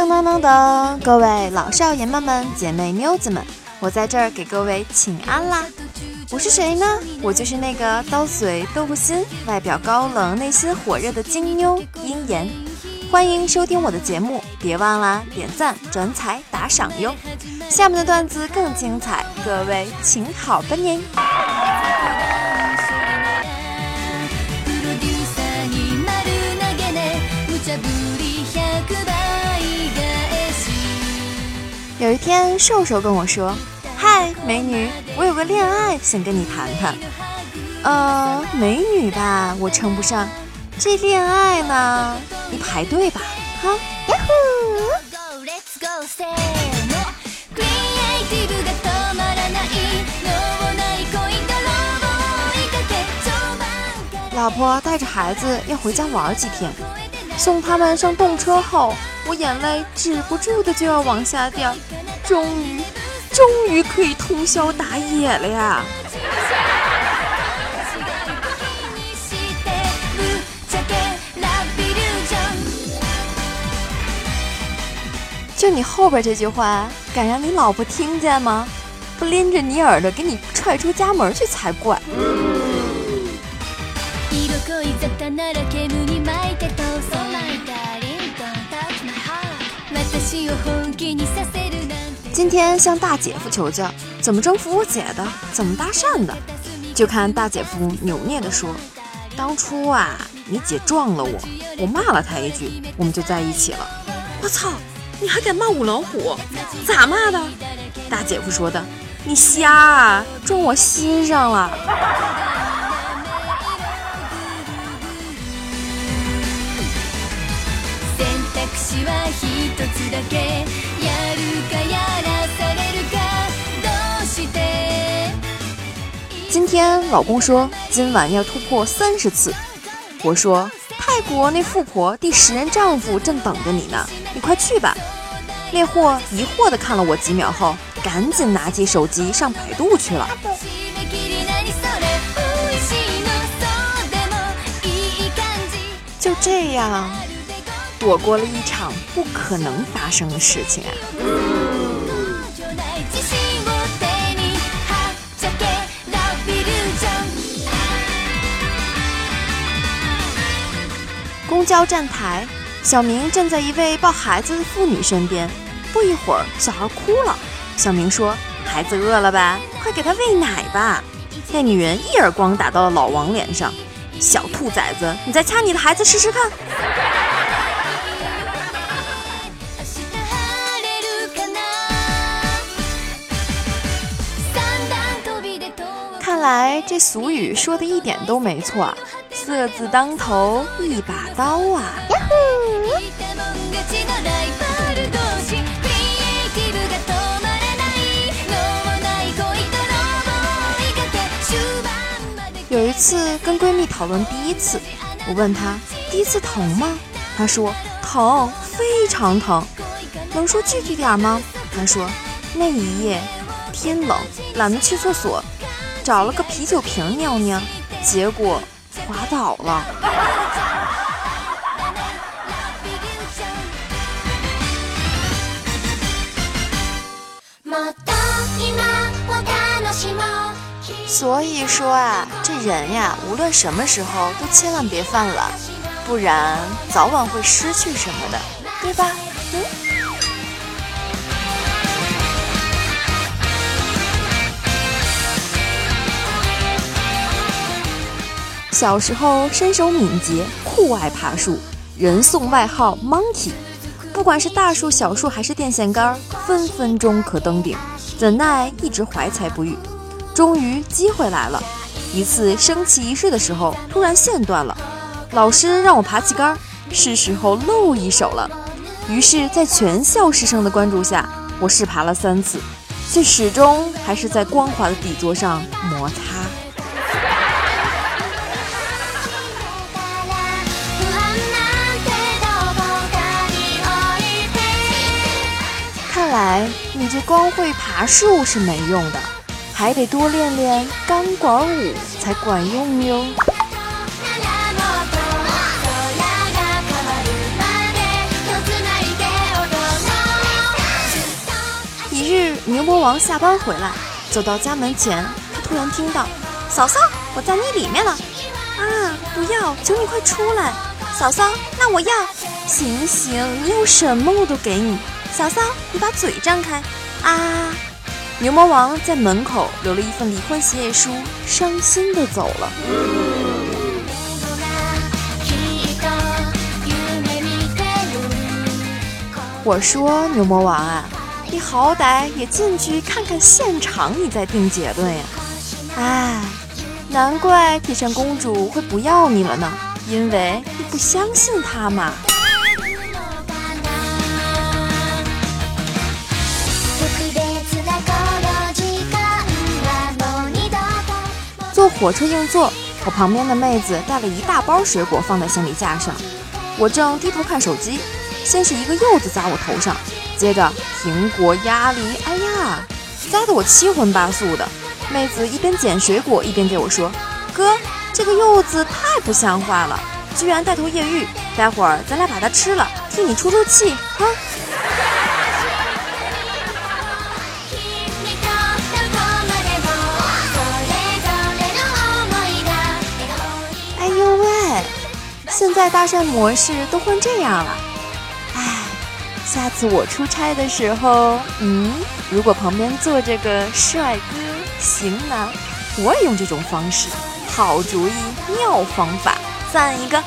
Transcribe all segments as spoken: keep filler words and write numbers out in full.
当当当当，各位老少爷们们、姐妹妞子们，我在这儿给各位请安啦！我是谁呢？我就是那个刀嘴豆腐心、外表高冷、内心火热的金妞殷妍。欢迎收听我的节目，别忘了点赞、转采、打赏哟！下面的段子更精彩，各位请好吧您。有一天，瘦瘦跟我说：“嗨，美女，我有个恋爱想跟你谈谈。”呃，美女吧，我称不上。这恋爱呢，你排队吧，哈。呀呼！老婆带着孩子要回家玩几天，送他们上动车后，我眼泪止不住的就要往下掉。终于，终于可以通宵打野了呀！就你后边这句话，敢让你老婆听见吗？不拎着你耳朵给你踹出家门去才怪！今天向大姐夫求教，怎么征服我姐的，怎么搭讪的。就看大姐夫扭捏地说：“当初啊，你姐撞了我，我骂了她一句，我们就在一起了。”我操！你还敢骂母老虎？咋骂的？大姐夫说的：“你瞎啊，撞我心上了。”今天老公说今晚要突破三十次，我说泰国那富婆第十任丈夫正等着你呢，你快去吧。那货疑惑地看了我几秒后，赶紧拿起手机上百度去了。就这样躲过了一场不可能发生的事情啊！公交站台，小明站在一位抱孩子的妇女身边，不一会儿小孩哭了，小明说：“孩子饿了吧，快给他喂奶吧。”那女人一耳光打到了老王脸上：“小兔崽子，你再掐你的孩子试试看。”看来这俗语说的一点都没错啊，色字当头一把刀啊！呀呼！有一次跟闺蜜讨论第一次，我问她第一次疼吗？她说疼，非常疼。能说具体点吗？她说那一夜天冷，懒得去厕所，找了个啤酒瓶尿尿，结果滑倒了。所以说啊，这人呀，无论什么时候都千万别犯懒，不然早晚会失去什么的，对吧？嗯。小时候身手敏捷，酷爱爬树，人送外号 Monkey。不管是大树、小树还是电线杆，分分钟可登顶。怎奈一直怀才不遇，终于机会来了。一次升旗仪式的时候，突然线断了，老师让我爬旗杆，是时候露一手了。于是，在全校师生的关注下，我试爬了三次，却始终还是在光滑的底座上摩擦。看来你这光会爬树是没用的，还得多练练钢管舞才管用哟。 一日，牛魔王下班回来，走到家门前，他突然听到：“嫂嫂，我在你里面了。”啊，不要，求你快出来！嫂嫂，那我要。行行，你有什么我都给你。嫂嫂，你把嘴张开。啊！牛魔王在门口留了一份离婚协议书，伤心地走了。我说牛魔王啊，你好歹也进去看看现场，你再定结论呀。唉，难怪铁扇公主会不要你了呢，因为你不相信她嘛。坐火车硬座，我旁边的妹子带了一大包水果放在行李架上，我正低头看手机，先是一个柚子砸我头上，接着苹果、鸭梨，哎呀，砸得我七荤八素的。妹子一边捡水果一边对我说：“哥，这个柚子太不像话了，居然带头越狱，待会儿咱俩把它吃了，替你出出气哈。”哎呦喂，现在搭讪模式都换这样了。哎，下次我出差的时候，嗯，如果旁边坐着个帅哥型男，我也用这种方式。好主意，妙方法，赞一个。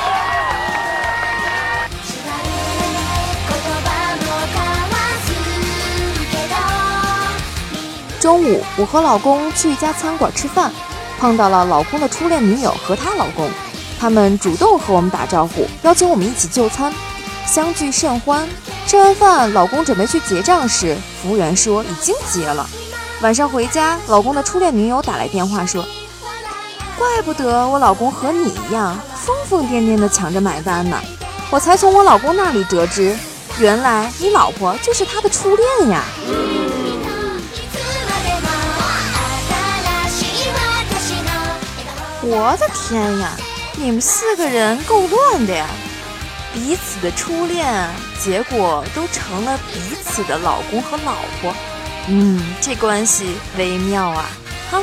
中午，我和老公去一家餐馆吃饭，碰到了老公的初恋女友和她老公，他们主动和我们打招呼，邀请我们一起就餐，相聚甚欢。吃完饭，老公准备去结账时，服务员说已经结了。晚上回家，老公的初恋女友打来电话说：“怪不得我老公和你一样疯疯癫癫地抢着买单呢，我才从我老公那里得知，原来你老婆就是他的初恋呀。”我的天呀，你们四个人够乱的呀！彼此的初恋，结果都成了彼此的老公和老婆。嗯，这关系微妙啊！哈。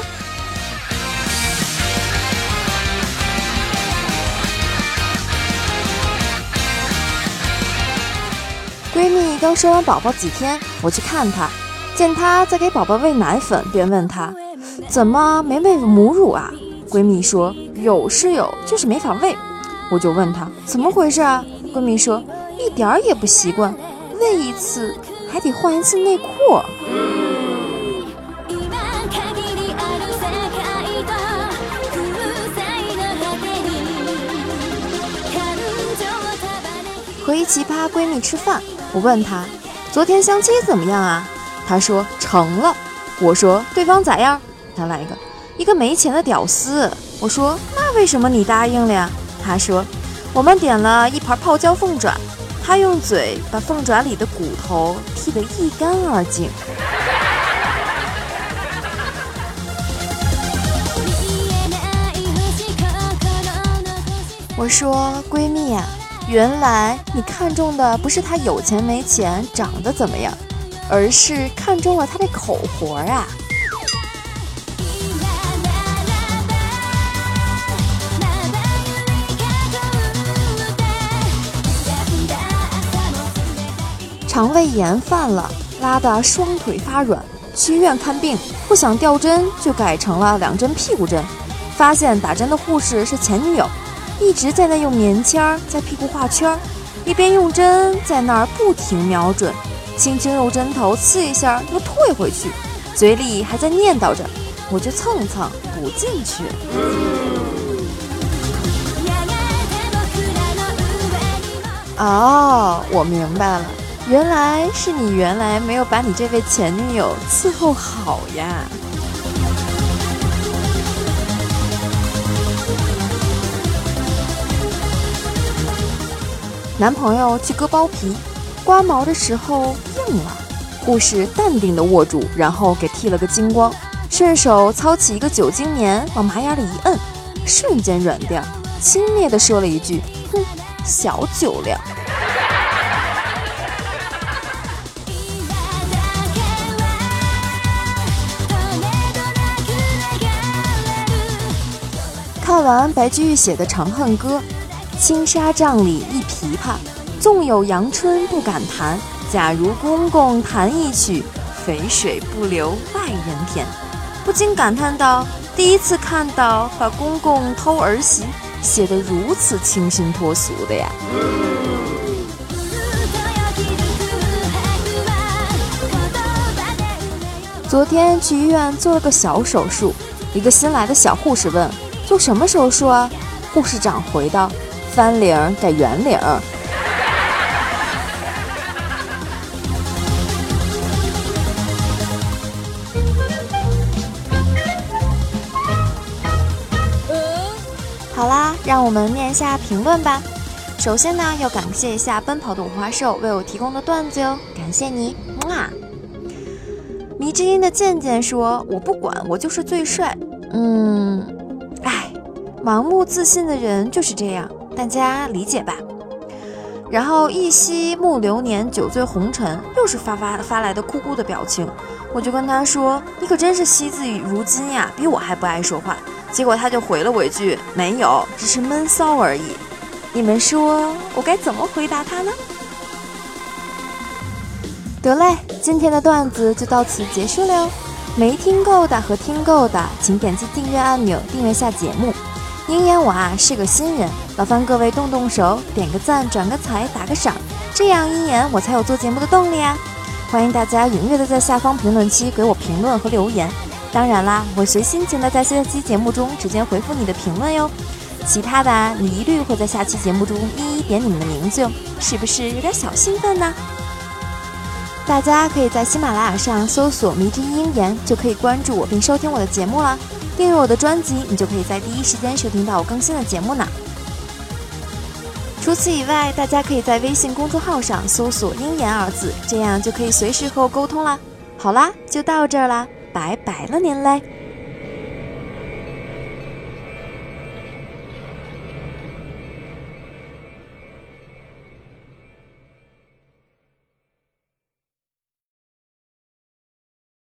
闺蜜刚生完宝宝几天，我去看她，见她在给宝宝喂奶粉，便问她：“怎么没喂母乳啊？”闺蜜说：“有是有，就是没法喂。”我就问她怎么回事啊？闺蜜说：“一点儿也不习惯，喂一次还得换一次内裤。”和一奇葩闺蜜吃饭，我问她昨天相亲怎么样啊？她说成了。我说对方咋样？她来一个一个没钱的屌丝。我说那为什么你答应了呀？她说我们点了一盘泡椒凤爪，他用嘴把凤爪里的骨头剔得一干二净。我说闺蜜呀、啊，原来你看中的不是他有钱没钱长得怎么样，而是看中了他的口活啊。肠胃炎犯了，拉得双腿发软，去医院看病，不想吊针就改成了两针屁股针，发现打针的护士是前女友，一直在那用棉签在屁股画圈，一边用针在那儿不停瞄准，轻轻用针头刺一下又退回去，嘴里还在念叨着我就蹭蹭不进去。哦，我明白了，原来是你原来没有把你这位前女友伺候好呀。男朋友去割包皮，刮毛的时候硬了，护士淡定地握住，然后给剃了个精光，顺手操起一个酒精棉往马眼里一摁，瞬间软掉，轻蔑地说了一句：“哼，小酒量。” 完白居易写的《长恨歌》，青纱帐里一琵琶，纵有阳春不敢弹，假如公公弹一曲，肥水不流外人田。不禁感叹道，第一次看到把公公偷儿媳写得如此清新脱俗的呀。昨天去医院做了个小手术，一个新来的小护士问，做什么手术啊？护士长回道，翻领改圆领。好啦，让我们念一下评论吧。首先呢，要感谢一下奔跑的五花兽为我提供的段子哟，感谢你，木啊！迷之音的渐渐说，我不管，我就是最帅。嗯，哎，盲目自信的人就是这样，大家理解吧。然后一夕暮流年，酒醉红尘，又是发发发来的哭哭的表情，我就跟他说，你可真是惜字如金呀，比我还不爱说话。结果他就回了我一句，没有，只是闷骚而已。你们说我该怎么回答他呢？得嘞，今天的段子就到此结束了哟。没听够的和听够的，请点击订阅按钮，订阅下节目。鹰眼我啊是个新人，劳烦各位动动手，点个赞，转个彩，打个赏，这样鹰眼我才有做节目的动力啊！欢迎大家踊跃的在下方评论区给我评论和留言。当然啦，我随心情的在下期节目中直接回复你的评论哟。其他的啊，你一律会在下期节目中一一点你们的名字哟，是不是有点小兴奋呢？大家可以在喜马拉雅上搜索迷之音鹰眼，就可以关注我并收听我的节目啦。订阅我的专辑，你就可以在第一时间收听到我更新的节目呢。除此以外，大家可以在微信公众号上搜索鹰眼二字，这样就可以随时和我沟通啦。好啦，就到这儿啦，拜拜了您嘞。